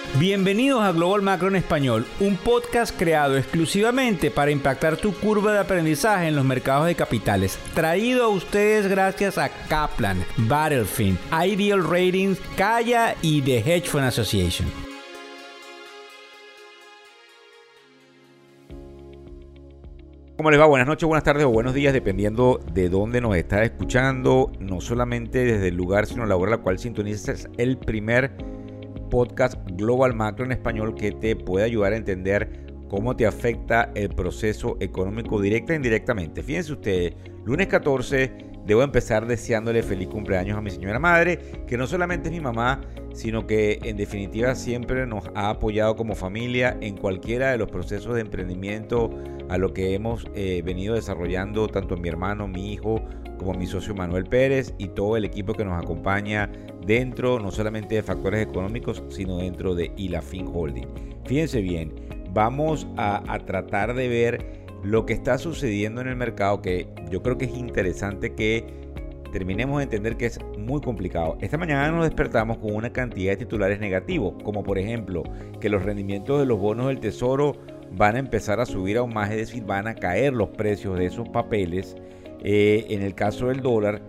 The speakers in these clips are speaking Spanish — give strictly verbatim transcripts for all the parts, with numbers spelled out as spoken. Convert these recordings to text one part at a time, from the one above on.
Bienvenidos a Global Macro en Español, un podcast creado exclusivamente para impactar tu curva de aprendizaje en los mercados de capitales. Traído a ustedes gracias a Kaplan, Battlefield, Ideal Ratings, Kaya y The Hedge Fund Association. ¿Cómo les va? Buenas noches, buenas tardes o buenos días, dependiendo de dónde nos estás escuchando. No solamente desde el lugar, sino la hora a la cual sintonizas el primer podcast Global Macro en Español que te puede ayudar a entender cómo te afecta el proceso económico directa e indirectamente. Fíjense ustedes, lunes catorce, debo empezar deseándole feliz cumpleaños a mi señora madre, que no solamente es mi mamá, sino que en definitiva siempre nos ha apoyado como familia en cualquiera de los procesos de emprendimiento a lo que hemos eh, venido desarrollando, tanto mi hermano, mi hijo, como mi socio Manuel Pérez y todo el equipo que nos acompaña dentro, no solamente de factores económicos, sino dentro de Ilafin Holding. Fíjense bien, vamos a, a tratar de ver lo que está sucediendo en el mercado, que yo creo que es interesante que terminemos de entender que es muy complicado. Esta mañana nos despertamos con una cantidad de titulares negativos, como por ejemplo que los rendimientos de los bonos del Tesoro van a empezar a subir aún más, es decir, van a caer los precios de esos papeles. Eh, en el caso del dólar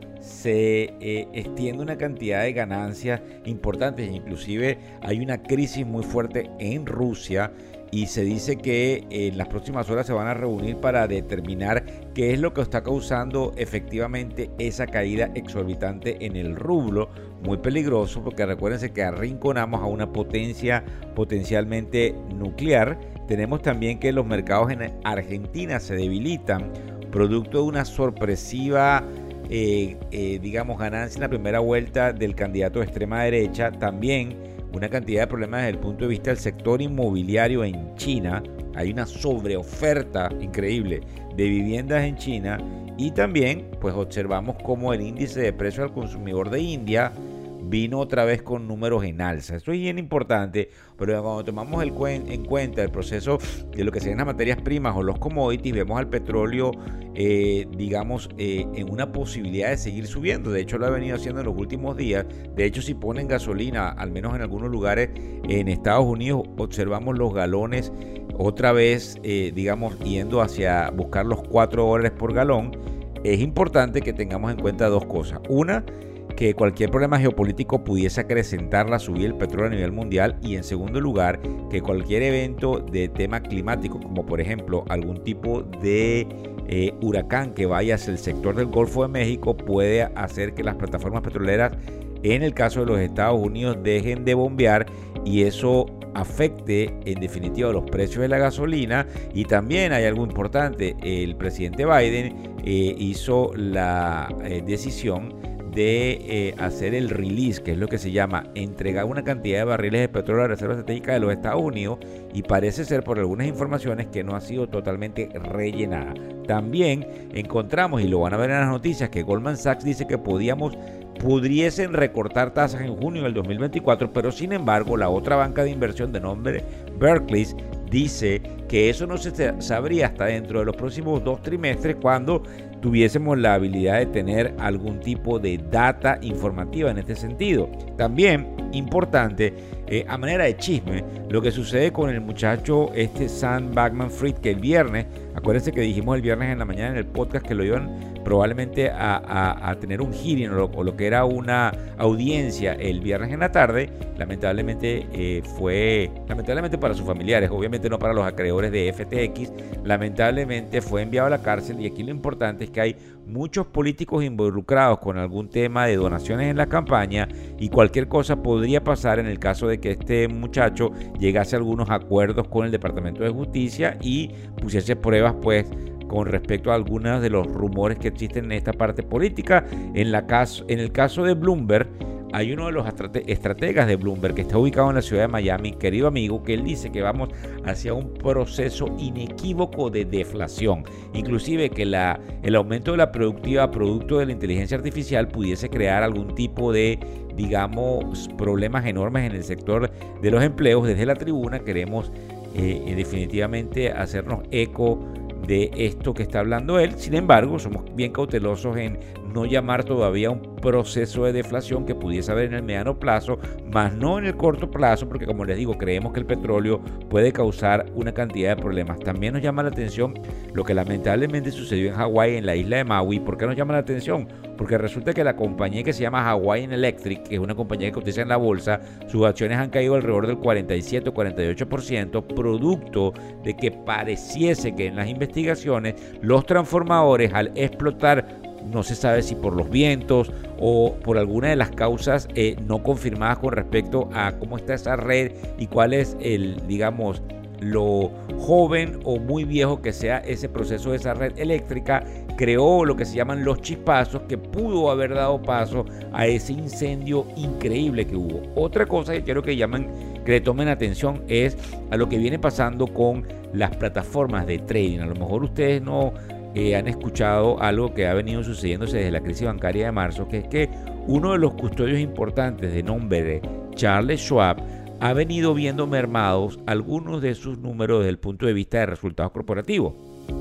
se eh, extiende una cantidad de ganancias importantes, inclusive hay una crisis muy fuerte en Rusia y se dice que en las próximas horas se van a reunir para determinar qué es lo que está causando efectivamente esa caída exorbitante en el rublo, muy peligroso porque recuérdense que arrinconamos a una potencia potencialmente nuclear. Tenemos también que los mercados en Argentina se debilitan producto de una sorpresiva eh, eh, digamos ganancia en la primera vuelta del candidato de extrema derecha. También una cantidad de problemas desde el punto de vista del sector inmobiliario en China. Hay una sobreoferta increíble de viviendas en China y también pues observamos cómo el índice de precios al consumidor de India vino otra vez con números en alza. Esto es bien importante, pero cuando tomamos el cuen- en cuenta el proceso de lo que sean las materias primas o los commodities, vemos al petróleo, eh, digamos, eh, en una posibilidad de seguir subiendo. De hecho, lo ha venido haciendo en los últimos días. De hecho, si ponen gasolina, al menos en algunos lugares en Estados Unidos, observamos los galones otra vez, eh, digamos, yendo hacia buscar los cuatro dólares por galón. Es importante que tengamos en cuenta dos cosas. Una, que cualquier problema geopolítico pudiese acrecentar la subida del petróleo a nivel mundial, y en segundo lugar que cualquier evento de tema climático, como por ejemplo algún tipo de eh, huracán que vaya hacia el sector del Golfo de México, puede hacer que las plataformas petroleras en el caso de los Estados Unidos dejen de bombear y eso afecte en definitiva los precios de la gasolina. Y también hay algo importante, el presidente Biden eh, hizo la eh, decisión de eh, hacer el release, que es lo que se llama entregar una cantidad de barriles de petróleo a la Reserva Estratégica de los Estados Unidos, y parece ser por algunas informaciones que no ha sido totalmente rellenada. También encontramos, y lo van a ver en las noticias, que Goldman Sachs dice que podíamos pudiesen recortar tasas en junio del dos mil veinticuatro, pero sin embargo la otra banca de inversión de nombre Berkeley dice que eso no se sabría hasta dentro de los próximos dos trimestres, cuando tuviésemos la habilidad de tener algún tipo de data informativa en este sentido. También importante, eh, a manera de chisme, lo que sucede con el muchacho este Sam Bankman-Fried, que el viernes, acuérdense que dijimos el viernes en la mañana en el podcast que lo iban probablemente a, a, a tener un hearing o lo, o lo que era una audiencia el viernes en la tarde. Lamentablemente eh, fue, lamentablemente para sus familiares, obviamente no para los acreedores de F T X, lamentablemente fue enviado a la cárcel. Y aquí lo importante es que hay muchos políticos involucrados con algún tema de donaciones en la campaña, y cualquier cosa podría pasar en el caso de que este muchacho llegase a algunos acuerdos con el Departamento de Justicia y pusiese pruebas pues con respecto a algunos de los rumores que existen en esta parte política. En, la caso, en el caso de Bloomberg, hay uno de los estrategas de Bloomberg que está ubicado en la ciudad de Miami, querido amigo, que él dice que vamos hacia un proceso inequívoco de deflación. Inclusive que la, el aumento de la productividad producto de la inteligencia artificial pudiese crear algún tipo de, digamos, problemas enormes en el sector de los empleos. Desde la tribuna queremos eh, definitivamente hacernos eco de esto que está hablando él. Sin embargo, somos bien cautelosos en no llamar todavía un proceso de deflación que pudiese haber en el mediano plazo, más no en el corto plazo, porque como les digo, creemos que el petróleo puede causar una cantidad de problemas. También nos llama la atención lo que lamentablemente sucedió en Hawái, en la isla de Maui. ¿Por qué nos llama la atención? Porque resulta que la compañía que se llama Hawaiian Electric, que es una compañía que cotiza en la bolsa, sus acciones han caído alrededor del cuarenta y siete o cuarenta y ocho por ciento, producto de que pareciese que en las investigaciones los transformadores, al explotar, no se sabe si por los vientos o por alguna de las causas eh, no confirmadas con respecto a cómo está esa red y cuál es el, digamos, lo joven o muy viejo que sea ese proceso de esa red eléctrica, creó lo que se llaman los chispazos, que pudo haber dado paso a ese incendio increíble que hubo. Otra cosa que quiero que llamen, que le tomen atención, es a lo que viene pasando con las plataformas de trading. A lo mejor ustedes no eh, han escuchado algo que ha venido sucediéndose desde la crisis bancaria de marzo, que es que uno de los custodios importantes de nombre Charles Schwab ha venido viendo mermados algunos de sus números desde el punto de vista de resultados corporativos.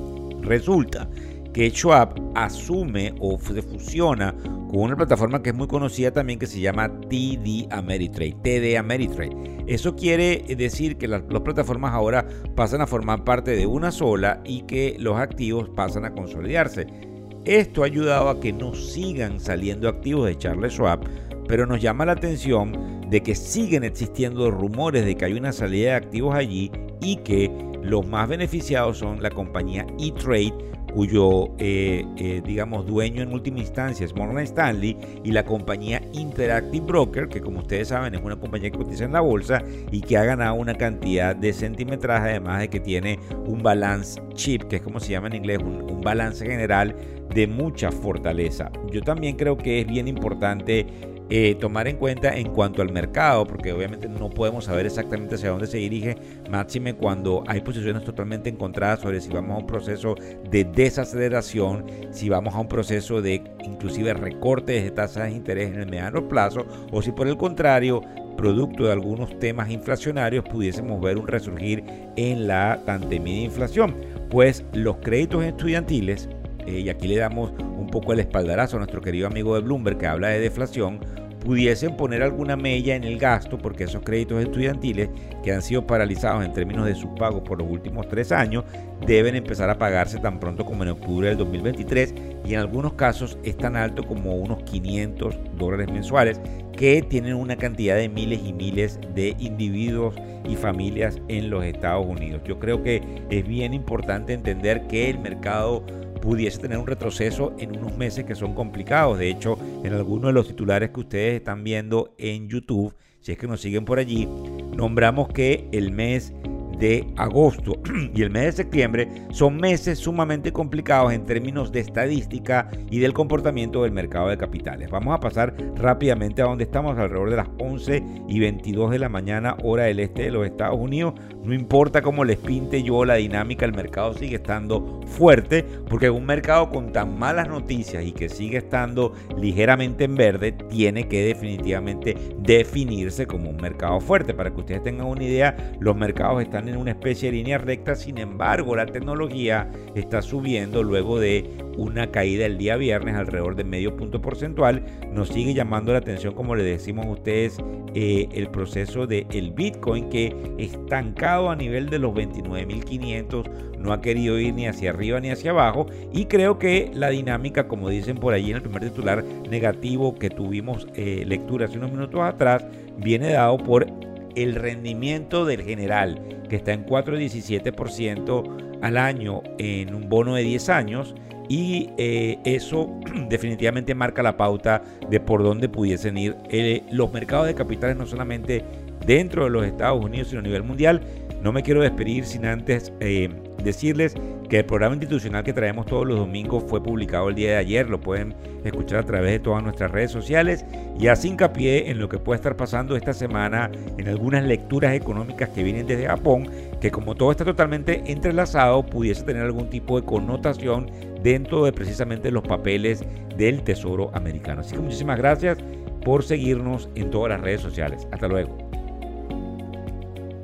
Resulta que Schwab asume o se fusiona con una plataforma que es muy conocida también, que se llama T D Ameritrade, T D Ameritrade. Eso quiere decir que las, las plataformas ahora pasan a formar parte de una sola y que los activos pasan a consolidarse. Esto ha ayudado a que no sigan saliendo activos de Charles Schwab, pero nos llama la atención de que siguen existiendo rumores de que hay una salida de activos allí y que los más beneficiados son la compañía E-Trade, cuyo eh, eh, digamos dueño en última instancia es Morgan Stanley, y la compañía Interactive Broker, que como ustedes saben es una compañía que cotiza en la bolsa y que ha ganado una cantidad de centimetraje, además de que tiene un balance sheet, que es como se llama en inglés, un, un balance general de mucha fortaleza. Yo también creo que es bien importante Eh, tomar en cuenta en cuanto al mercado, porque obviamente no podemos saber exactamente hacia dónde se dirige, máxime cuando hay posiciones totalmente encontradas sobre si vamos a un proceso de desaceleración, si vamos a un proceso de inclusive recortes de tasas de interés en el mediano plazo, o si por el contrario, producto de algunos temas inflacionarios, pudiésemos ver un resurgir en la tan temida inflación. Pues los créditos estudiantiles, eh, y aquí le damos un poco el espaldarazo a nuestro querido amigo de Bloomberg que habla de deflación, pudiesen poner alguna mella en el gasto, porque esos créditos estudiantiles que han sido paralizados en términos de sus pagos por los últimos tres años deben empezar a pagarse tan pronto como en octubre del dos mil veintitrés, y en algunos casos es tan alto como unos quinientos dólares mensuales, que tienen una cantidad de miles y miles de individuos y familias en los Estados Unidos. Yo creo que es bien importante entender que el mercado pudiese tener un retroceso en unos meses que son complicados. De hecho, en algunos de los titulares que ustedes están viendo en YouTube, si es que nos siguen por allí, nombramos que el mes de agosto y el mes de septiembre son meses sumamente complicados en términos de estadística y del comportamiento del mercado de capitales. Vamos a pasar rápidamente a donde estamos, alrededor de las once y veintidós de la mañana, hora del este de los Estados Unidos. No importa cómo les pinte yo la dinámica, el mercado sigue estando fuerte, porque un mercado con tan malas noticias y que sigue estando ligeramente en verde tiene que definitivamente definirse como un mercado fuerte. Para que ustedes tengan una idea, los mercados están en una especie de línea recta. Sin embargo, la tecnología está subiendo luego de una caída el día viernes alrededor de medio punto porcentual. Nos sigue llamando la atención, como le decimos a ustedes, eh, el proceso del Bitcoin, que estancado a nivel de los veintinueve mil quinientos, no ha querido ir ni hacia arriba ni hacia abajo, y creo que la dinámica, como dicen por allí en el primer titular negativo que tuvimos eh, lectura hace unos minutos atrás, viene dado por el rendimiento del general, que está en cuatro coma diecisiete por ciento al año en un bono de diez años, y eh, eso definitivamente marca la pauta de por dónde pudiesen ir eh, los mercados de capitales, no solamente dentro de los Estados Unidos, sino a nivel mundial. No me quiero despedir sin antes eh, decirles que el programa institucional que traemos todos los domingos fue publicado el día de ayer. Lo pueden escuchar a través de todas nuestras redes sociales, y hace hincapié en lo que puede estar pasando esta semana en algunas lecturas económicas que vienen desde Japón, que como todo está totalmente entrelazado, pudiese tener algún tipo de connotación dentro de precisamente los papeles del Tesoro americano. Así que muchísimas gracias por seguirnos en todas las redes sociales. Hasta luego.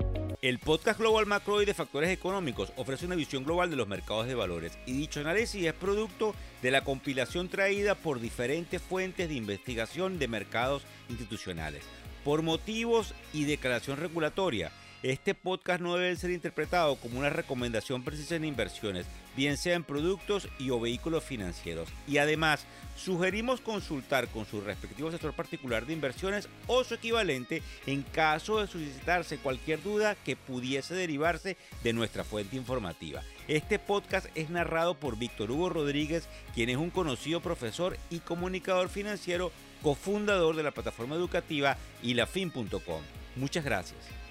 El podcast Global Macro y de Factores Económicos ofrece una visión global de los mercados de valores y dicho análisis es producto de la compilación traída por diferentes fuentes de investigación de mercados institucionales. Por motivos y declaración regulatoria, este podcast no debe ser interpretado como una recomendación precisa en inversiones, bien sea en productos y o vehículos financieros. Y además, sugerimos consultar con su respectivo asesor particular de inversiones o su equivalente en caso de suscitarse cualquier duda que pudiese derivarse de nuestra fuente informativa. Este podcast es narrado por Víctor Hugo Rodríguez, quien es un conocido profesor y comunicador financiero, cofundador de la plataforma educativa ilafin punto com. Muchas gracias.